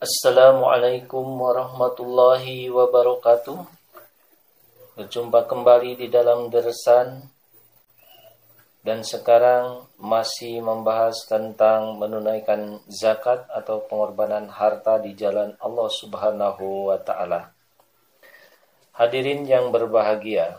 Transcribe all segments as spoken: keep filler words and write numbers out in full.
Assalamualaikum warahmatullahi wabarakatuh. Berjumpa kembali di dalam Dersan. Dan sekarang masih membahas tentang menunaikan zakat atau pengorbanan harta di jalan Allah Subhanahu wa ta'ala. Hadirin yang berbahagia,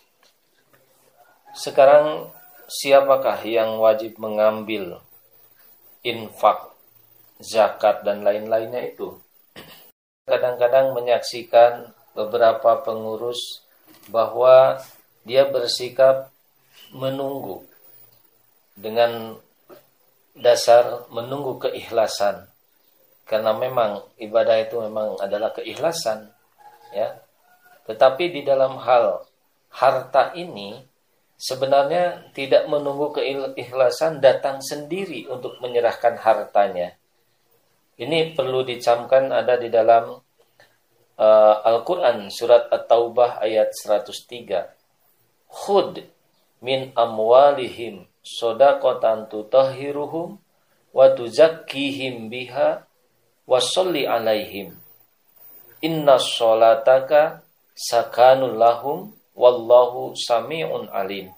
sekarang siapakah yang wajib mengambil infak, zakat dan lain-lainnya itu? Kadang-kadang menyaksikan beberapa pengurus bahwa dia bersikap menunggu dengan dasar menunggu keikhlasan, karena memang ibadah itu memang adalah keikhlasan, ya. Tetapi di dalam hal harta ini sebenarnya tidak menunggu keikhlasan datang sendiri untuk menyerahkan hartanya. Ini perlu dicamkan, ada di dalam uh, Al-Quran surat At-Taubah ayat seratus tiga. Khud min amwalihim shadaqatan tutahhiruhum wa tuzakkihim biha wa sholli alaihim inna sholataka sakanul lahum wallahu sami'un alim.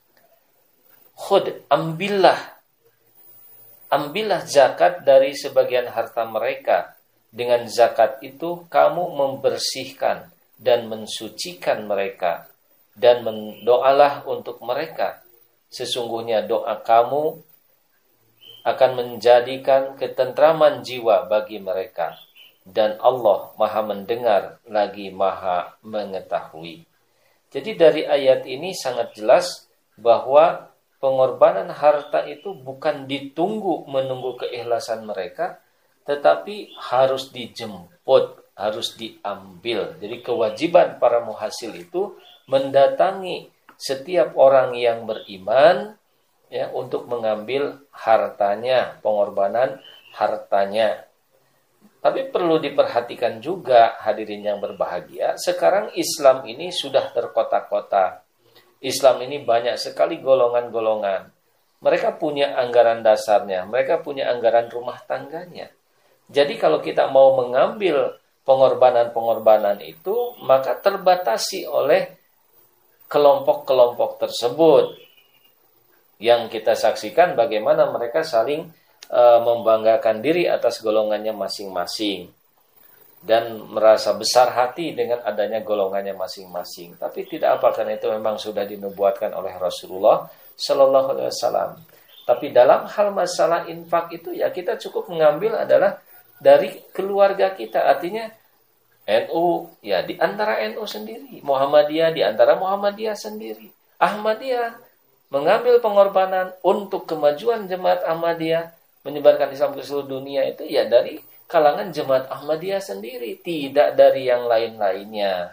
Khud, ambillah ambillah zakat dari sebagian harta mereka. Dengan zakat itu kamu membersihkan dan mensucikan mereka, dan mendoalah untuk mereka. Sesungguhnya doa kamu akan menjadikan ketentraman jiwa bagi mereka, dan Allah Maha mendengar lagi Maha mengetahui. Jadi dari ayat ini sangat jelas bahwa pengorbanan harta itu bukan ditunggu menunggu keikhlasan mereka, tetapi harus dijemput, harus diambil. Jadi kewajiban para muhasil itu mendatangi setiap orang yang beriman, ya, untuk mengambil hartanya, pengorbanan hartanya. Tapi perlu diperhatikan juga, hadirin yang berbahagia, sekarang Islam ini sudah terkotak-kotak. Islam ini banyak sekali golongan-golongan. Mereka punya anggaran dasarnya, mereka punya anggaran rumah tangganya. Jadi kalau kita mau mengambil pengorbanan-pengorbanan itu, maka terbatasi oleh kelompok-kelompok tersebut. Yang kita saksikan bagaimana mereka saling e, membanggakan diri atas golongannya masing-masing, dan merasa besar hati dengan adanya golongannya masing-masing. Tapi tidak apa, karena itu memang sudah dinubuatkan oleh Rasulullah Shallallahu Alaihi Wasallam. Tapi dalam hal masalah infak itu, ya kita cukup mengambil adalah dari keluarga kita. Artinya N U, ya di antara N U sendiri, Muhammadiyah di antara Muhammadiyah sendiri, Ahmadiyah mengambil pengorbanan untuk kemajuan jemaat Ahmadiyah menyebarkan Islam ke seluruh dunia, itu ya dari kalangan jemaat Ahmadiyah sendiri, tidak dari yang lain-lainnya.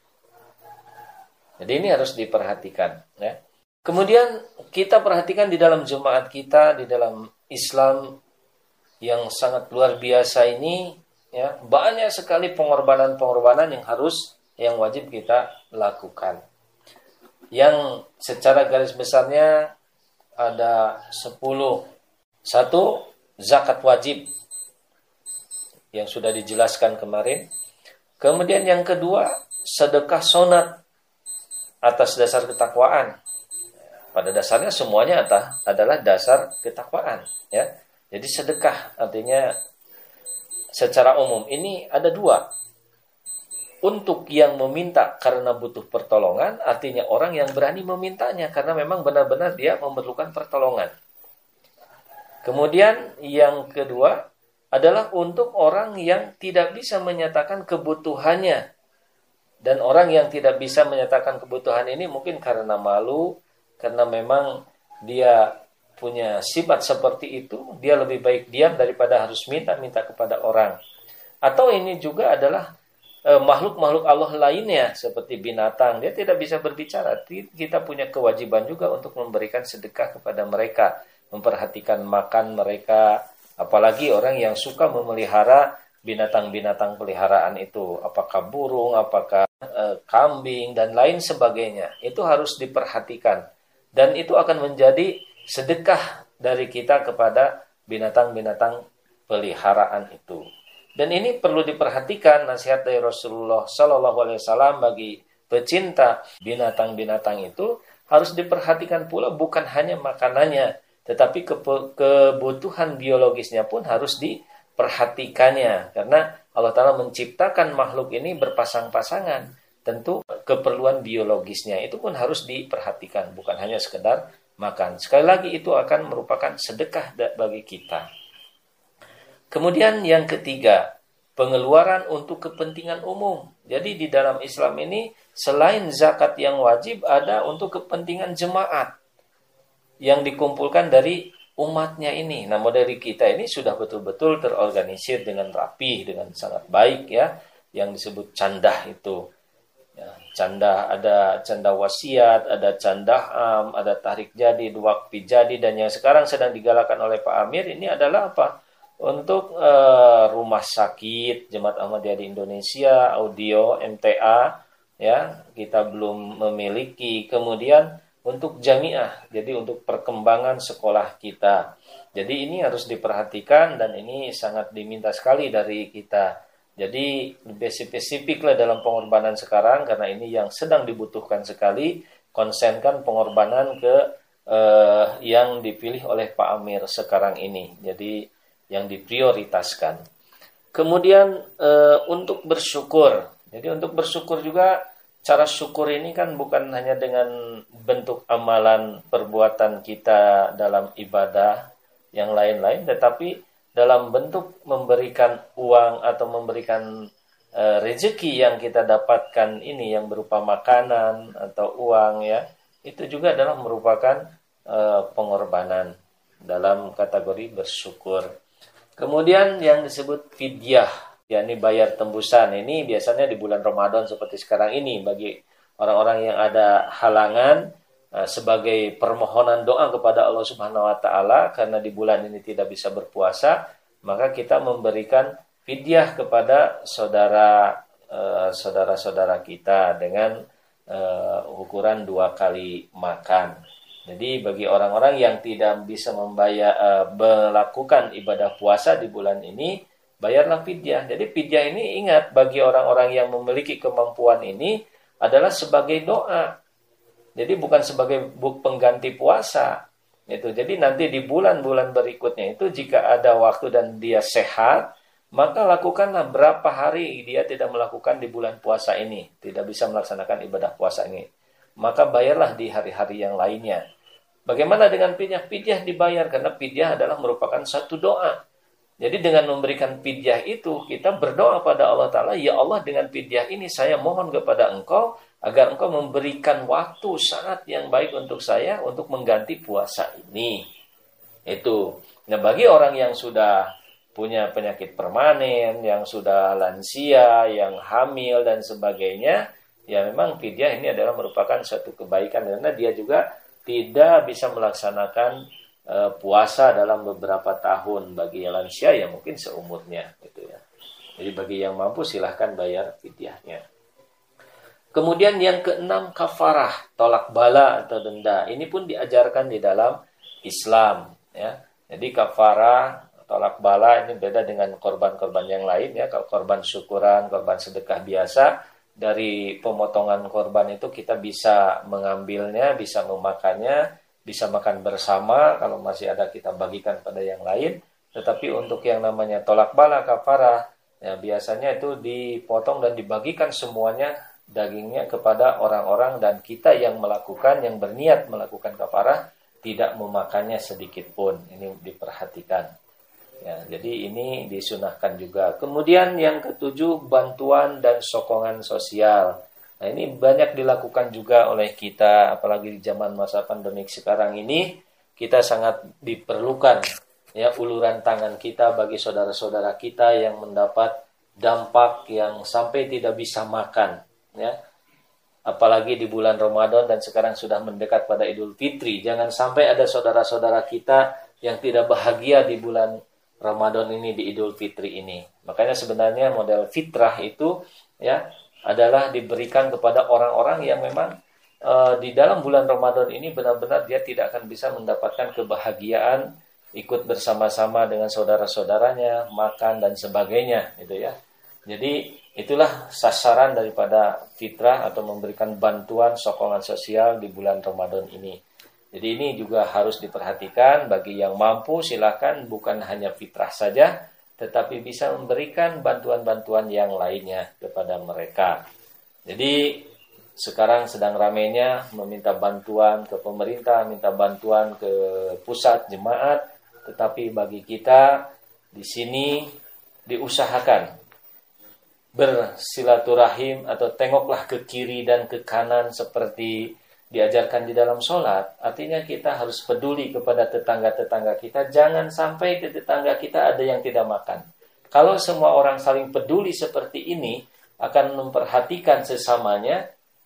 Jadi ini harus diperhatikan, ya. Kemudian kita perhatikan di dalam jemaat kita, di dalam Islam yang sangat luar biasa ini, ya, banyak sekali pengorbanan-pengorbanan yang harus, yang wajib kita lakukan. Yang secara garis besarnya ada sepuluh. Satu, zakat wajib, yang sudah dijelaskan kemarin. Kemudian yang kedua, sedekah sunat atas dasar ketakwaan. Pada dasarnya semuanya adalah dasar ketakwaan, ya. Jadi sedekah artinya secara umum ini ada dua. Untuk yang meminta karena butuh pertolongan, artinya orang yang berani memintanya karena memang benar-benar dia memerlukan pertolongan. Kemudian yang kedua adalah untuk orang yang tidak bisa menyatakan kebutuhannya. Dan orang yang tidak bisa menyatakan kebutuhan ini mungkin karena malu, karena memang dia punya sifat seperti itu, dia lebih baik diam daripada harus minta-minta kepada orang. Atau ini juga adalah e, makhluk-makhluk Allah lainnya seperti binatang, dia tidak bisa berbicara. Kita punya kewajiban juga untuk memberikan sedekah kepada mereka, memperhatikan makan mereka, apalagi orang yang suka memelihara binatang-binatang peliharaan itu, apakah burung, apakah e, kambing dan lain sebagainya. Itu harus diperhatikan, dan itu akan menjadi sedekah dari kita kepada binatang-binatang peliharaan itu. Dan ini perlu diperhatikan nasihat dari Rasulullah Shallallahu Alaihi Wasallam bagi pecinta binatang-binatang itu harus diperhatikan pula bukan hanya makanannya, tetapi kebutuhan biologisnya pun harus diperhatikannya. Karena Allah Ta'ala menciptakan makhluk ini berpasang-pasangan. Tentu keperluan biologisnya itu pun harus diperhatikan, bukan hanya sekedar makan. Sekali lagi itu akan merupakan sedekah bagi kita. Kemudian yang ketiga, pengeluaran untuk kepentingan umum. Jadi di dalam Islam ini selain zakat yang wajib ada untuk kepentingan jemaat yang dikumpulkan dari umatnya ini. Nah, model kita ini sudah betul-betul terorganisir dengan rapi, dengan sangat baik ya, yang disebut candah itu. Ya, canda ada canda wasiat, ada canda am, ada tarik jadi, wakfi jadi, dan yang sekarang sedang digalakan oleh Pak Amir ini adalah apa? Untuk uh, rumah sakit Jemaat Ahmadiyah di Indonesia, audio M T A ya, kita belum memiliki. Kemudian untuk jamiah, jadi untuk perkembangan sekolah kita. Jadi ini harus diperhatikan dan ini sangat diminta sekali dari kita. Jadi lebih spesifik lah dalam pengorbanan sekarang, karena ini yang sedang dibutuhkan sekali. Konsenkan pengorbanan ke eh, yang dipilih oleh Pak Amir sekarang ini. Jadi yang diprioritaskan. Kemudian eh, untuk bersyukur. Jadi untuk bersyukur juga, cara syukur ini kan bukan hanya dengan bentuk amalan perbuatan kita dalam ibadah yang lain-lain, tetapi dalam bentuk memberikan uang atau memberikan e, rezeki yang kita dapatkan ini yang berupa makanan atau uang ya, itu juga adalah merupakan e, pengorbanan dalam kategori bersyukur. Kemudian yang disebut fidyah, yakni bayar tembusan. Ini biasanya di bulan Ramadan seperti sekarang ini bagi orang-orang yang ada halangan e, sebagai permohonan doa kepada Allah Subhanahu wa taala karena di bulan ini tidak bisa berpuasa, maka kita memberikan fidyah kepada saudara e, saudara-saudara kita dengan e, ukuran dua kali makan. Jadi bagi orang-orang yang tidak bisa membayar e, melakukan ibadah puasa di bulan ini, bayarlah fidyah. Jadi fidyah ini ingat bagi orang-orang yang memiliki kemampuan ini adalah sebagai doa. Jadi bukan sebagai pengganti puasa. Itu. Jadi nanti di bulan-bulan berikutnya itu jika ada waktu dan dia sehat, maka lakukanlah berapa hari dia tidak melakukan di bulan puasa ini, tidak bisa melaksanakan ibadah puasa ini. Maka bayarlah di hari-hari yang lainnya. Bagaimana dengan fidyah? Fidyah dibayar karena fidyah adalah merupakan satu doa. Jadi dengan memberikan fidyah itu kita berdoa pada Allah Ta'ala, ya Allah dengan fidyah ini saya mohon kepada Engkau agar Engkau memberikan waktu saat yang baik untuk saya untuk mengganti puasa ini. Itu. Nah bagi orang yang sudah punya penyakit permanen, yang sudah lansia, yang hamil dan sebagainya, ya memang fidyah ini adalah merupakan satu kebaikan karena dia juga tidak bisa melaksanakan uh, puasa dalam beberapa tahun. Bagi yang lansia ya mungkin seumurnya gitu ya. Jadi bagi yang mampu silahkan bayar fidyahnya. Kemudian yang keenam kafarah, tolak bala atau denda. Ini pun diajarkan di dalam Islam ya. Jadi kafarah, tolak bala ini beda dengan korban-korban yang lain ya. Kalau korban syukuran, korban sedekah biasa, dari pemotongan korban itu kita bisa mengambilnya, bisa memakannya, bisa makan bersama, kalau masih ada kita bagikan pada yang lain. Tetapi untuk yang namanya tolak bala, kafarah, ya biasanya itu dipotong dan dibagikan semuanya dagingnya kepada orang-orang, dan kita yang melakukan, yang berniat melakukan kafarah tidak memakannya sedikit pun. Ini diperhatikan. Ya, jadi ini disunahkan juga. Kemudian yang ketujuh, bantuan dan sokongan sosial. Nah, ini banyak dilakukan juga oleh kita, apalagi di zaman masa pandemik sekarang ini, kita sangat diperlukan ya uluran tangan kita bagi saudara-saudara kita yang mendapat dampak yang sampai tidak bisa makan. Ya, apalagi di bulan Ramadan dan sekarang sudah mendekat pada Idul Fitri. Jangan sampai ada saudara-saudara kita yang tidak bahagia di bulan Ramadan ini, di Idul Fitri ini. Makanya sebenarnya model fitrah itu ya adalah diberikan kepada orang-orang yang memang e, di dalam bulan Ramadan ini benar-benar dia tidak akan bisa mendapatkan kebahagiaan ikut bersama-sama dengan saudara-saudaranya, makan dan sebagainya, gitu ya. Jadi itulah sasaran daripada fitrah atau memberikan bantuan sokongan sosial di bulan Ramadan ini. Jadi ini juga harus diperhatikan bagi yang mampu, silakan bukan hanya fitrah saja, tetapi bisa memberikan bantuan-bantuan yang lainnya kepada mereka. Jadi sekarang sedang ramainya meminta bantuan ke pemerintah, minta bantuan ke pusat jemaat, tetapi bagi kita di sini diusahakan bersilaturahim atau tengoklah ke kiri dan ke kanan seperti diajarkan di dalam sholat. Artinya kita harus peduli kepada tetangga-tetangga kita. Jangan sampai di tetangga kita ada yang tidak makan. Kalau semua orang saling peduli seperti ini, akan memperhatikan sesamanya,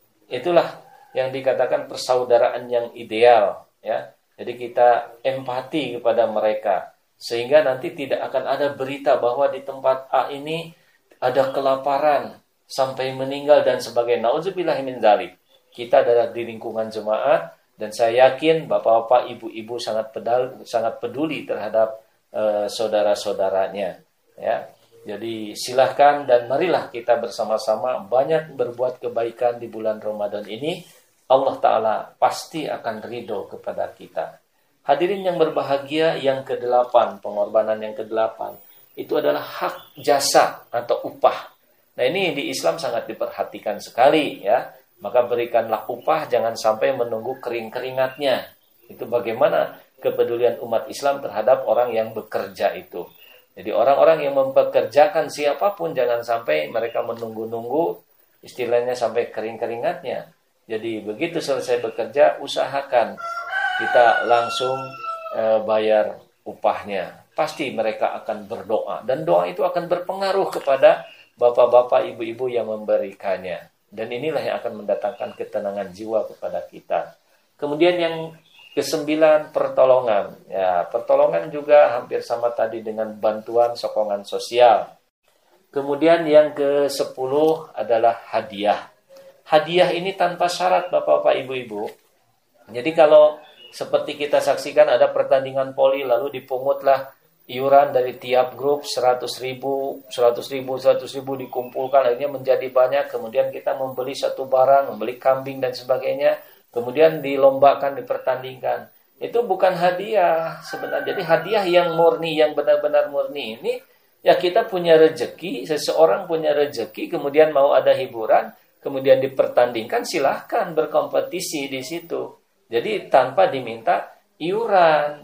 itulah yang dikatakan persaudaraan yang ideal, ya. Jadi kita empati kepada mereka sehingga nanti tidak akan ada berita bahwa di tempat A ini ada kelaparan sampai meninggal dan sebagainya. Nauzubillahi min dzalik. Kita adalah di lingkungan jemaat dan saya yakin bapak-bapak, ibu-ibu sangat pedal, sangat peduli terhadap uh, saudara-saudaranya, ya. Jadi silahkan dan marilah kita bersama-sama banyak berbuat kebaikan di bulan Ramadan ini. Allah Ta'ala pasti akan ridho kepada kita. Hadirin yang berbahagia, yang kedelapan, pengorbanan yang kedelapan, itu adalah hak jasa atau upah. Nah ini di Islam sangat diperhatikan sekali, ya. Maka berikanlah upah, jangan sampai menunggu kering-keringatnya. Itu bagaimana kepedulian umat Islam terhadap orang yang bekerja itu. Jadi orang-orang yang mempekerjakan siapapun jangan sampai mereka menunggu-nunggu, istilahnya sampai kering-keringatnya. Jadi begitu selesai bekerja, usahakan kita langsung e, bayar upahnya. Pasti mereka akan berdoa. Dan doa itu akan berpengaruh kepada bapak-bapak, ibu-ibu yang memberikannya. Dan inilah yang akan mendatangkan ketenangan jiwa kepada kita. Kemudian yang kesembilan, pertolongan. Ya, pertolongan juga hampir sama tadi dengan bantuan sokongan sosial. Kemudian yang kesepuluh adalah hadiah. Hadiah ini tanpa syarat Bapak-bapak, Ibu-ibu. Jadi kalau seperti kita saksikan ada pertandingan voli lalu dipungutlah iuran dari tiap grup seratus ribu, seratus ribu, seratus ribu dikumpulkan akhirnya menjadi banyak. Kemudian kita membeli satu barang, membeli kambing dan sebagainya. Kemudian dilombakan, dipertandingkan. Itu bukan hadiah sebenarnya. Jadi hadiah yang murni, yang benar-benar murni ini, ya kita punya rezeki, seseorang punya rezeki, kemudian mau ada hiburan, kemudian dipertandingkan, silahkan berkompetisi di situ. Jadi tanpa diminta iuran.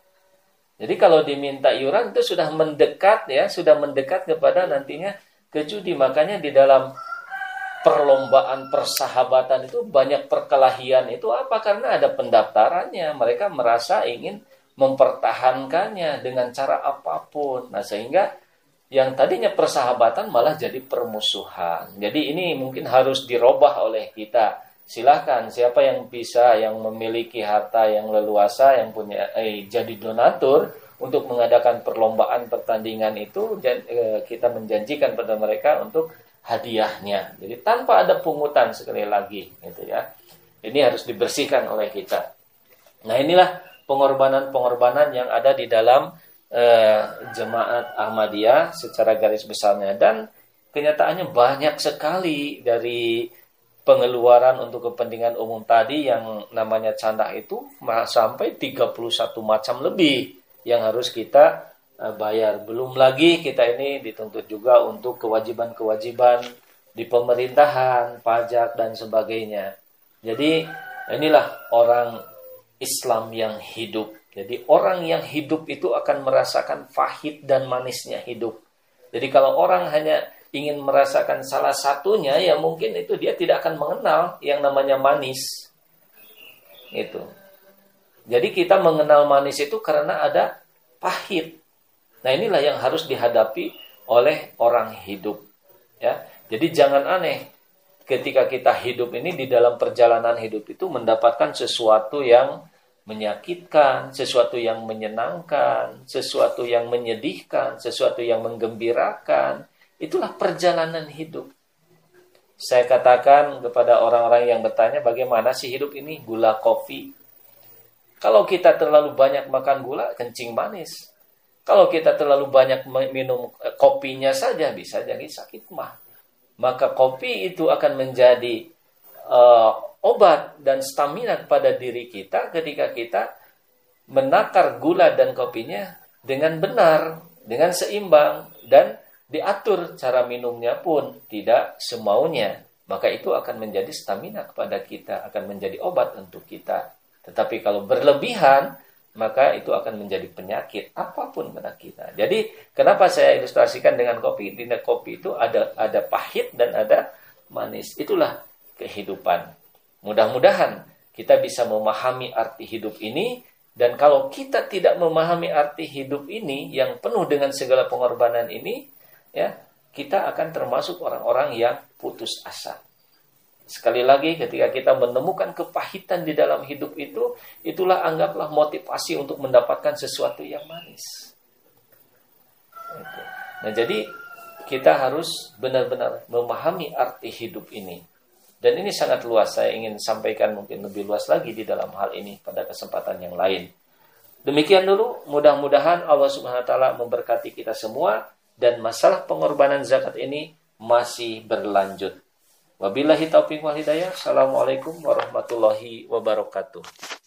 Jadi kalau diminta iuran itu sudah mendekat, ya, sudah mendekat kepada nantinya ke judi. Makanya di dalam perlombaan persahabatan itu banyak perkelahian. Itu apa? Karena ada pendaftarannya. Mereka merasa ingin mempertahankannya dengan cara apapun. Nah, sehingga yang tadinya persahabatan malah jadi permusuhan. Jadi ini mungkin harus dirubah oleh kita. Silahkan siapa yang bisa, yang memiliki harta yang leluasa, yang punya eh, jadi donatur untuk mengadakan perlombaan pertandingan itu, eh, kita menjanjikan pada mereka untuk hadiahnya. Jadi tanpa ada pungutan sekali lagi, gitu ya. Ini harus dibersihkan oleh kita. Nah inilah pengorbanan-pengorbanan yang ada di dalam eh, jemaat Ahmadiyah secara garis besarnya, dan kenyataannya banyak sekali dari pengeluaran untuk kepentingan umum tadi yang namanya candah itu sampai tiga puluh satu macam lebih yang harus kita bayar. Belum lagi kita ini dituntut juga untuk kewajiban-kewajiban di pemerintahan, pajak dan sebagainya. Jadi inilah orang Islam yang hidup. Jadi orang yang hidup itu akan merasakan pahit dan manisnya hidup. Jadi kalau orang hanya ingin merasakan salah satunya, ya mungkin itu dia tidak akan mengenal yang namanya manis. Itu. Jadi kita mengenal manis itu karena ada pahit. Nah inilah yang harus dihadapi oleh orang hidup. Ya, jadi jangan aneh ketika kita hidup ini di dalam perjalanan hidup itu mendapatkan sesuatu yang menyakitkan, sesuatu yang menyenangkan, sesuatu yang menyedihkan, sesuatu yang menggembirakan. Itulah perjalanan hidup. Saya katakan kepada orang-orang yang bertanya bagaimana sih hidup ini, gula kopi. Kalau kita terlalu banyak makan gula, kencing manis. Kalau kita terlalu banyak minum kopinya saja, bisa jadi sakit mah. Maka kopi itu akan menjadi uh, obat dan stamina pada diri kita ketika kita menakar gula dan kopinya dengan benar, dengan seimbang, dan diatur cara minumnya pun tidak semaunya. Maka itu akan menjadi stamina kepada kita, akan menjadi obat untuk kita. Tetapi kalau berlebihan, maka itu akan menjadi penyakit apapun pada kita. Jadi kenapa saya ilustrasikan dengan kopi? Di kopi itu ada ada pahit dan ada manis. Itulah kehidupan. Mudah-mudahan kita bisa memahami arti hidup ini. Dan kalau kita tidak memahami arti hidup ini yang penuh dengan segala pengorbanan ini, ya, kita akan termasuk orang-orang yang putus asa. Sekali lagi, ketika kita menemukan kepahitan di dalam hidup itu, itulah anggaplah motivasi untuk mendapatkan sesuatu yang manis. Nah, jadi kita harus benar-benar memahami arti hidup ini. Dan ini sangat luas, saya ingin sampaikan mungkin lebih luas lagi di dalam hal ini pada kesempatan yang lain. Demikian dulu, mudah-mudahan Allah Subhanahu wa taala memberkati kita semua dan masalah pengorbanan zakat ini masih berlanjut. Wabillahi taufiq wal hidayah. Assalamualaikum warahmatullahi wabarakatuh.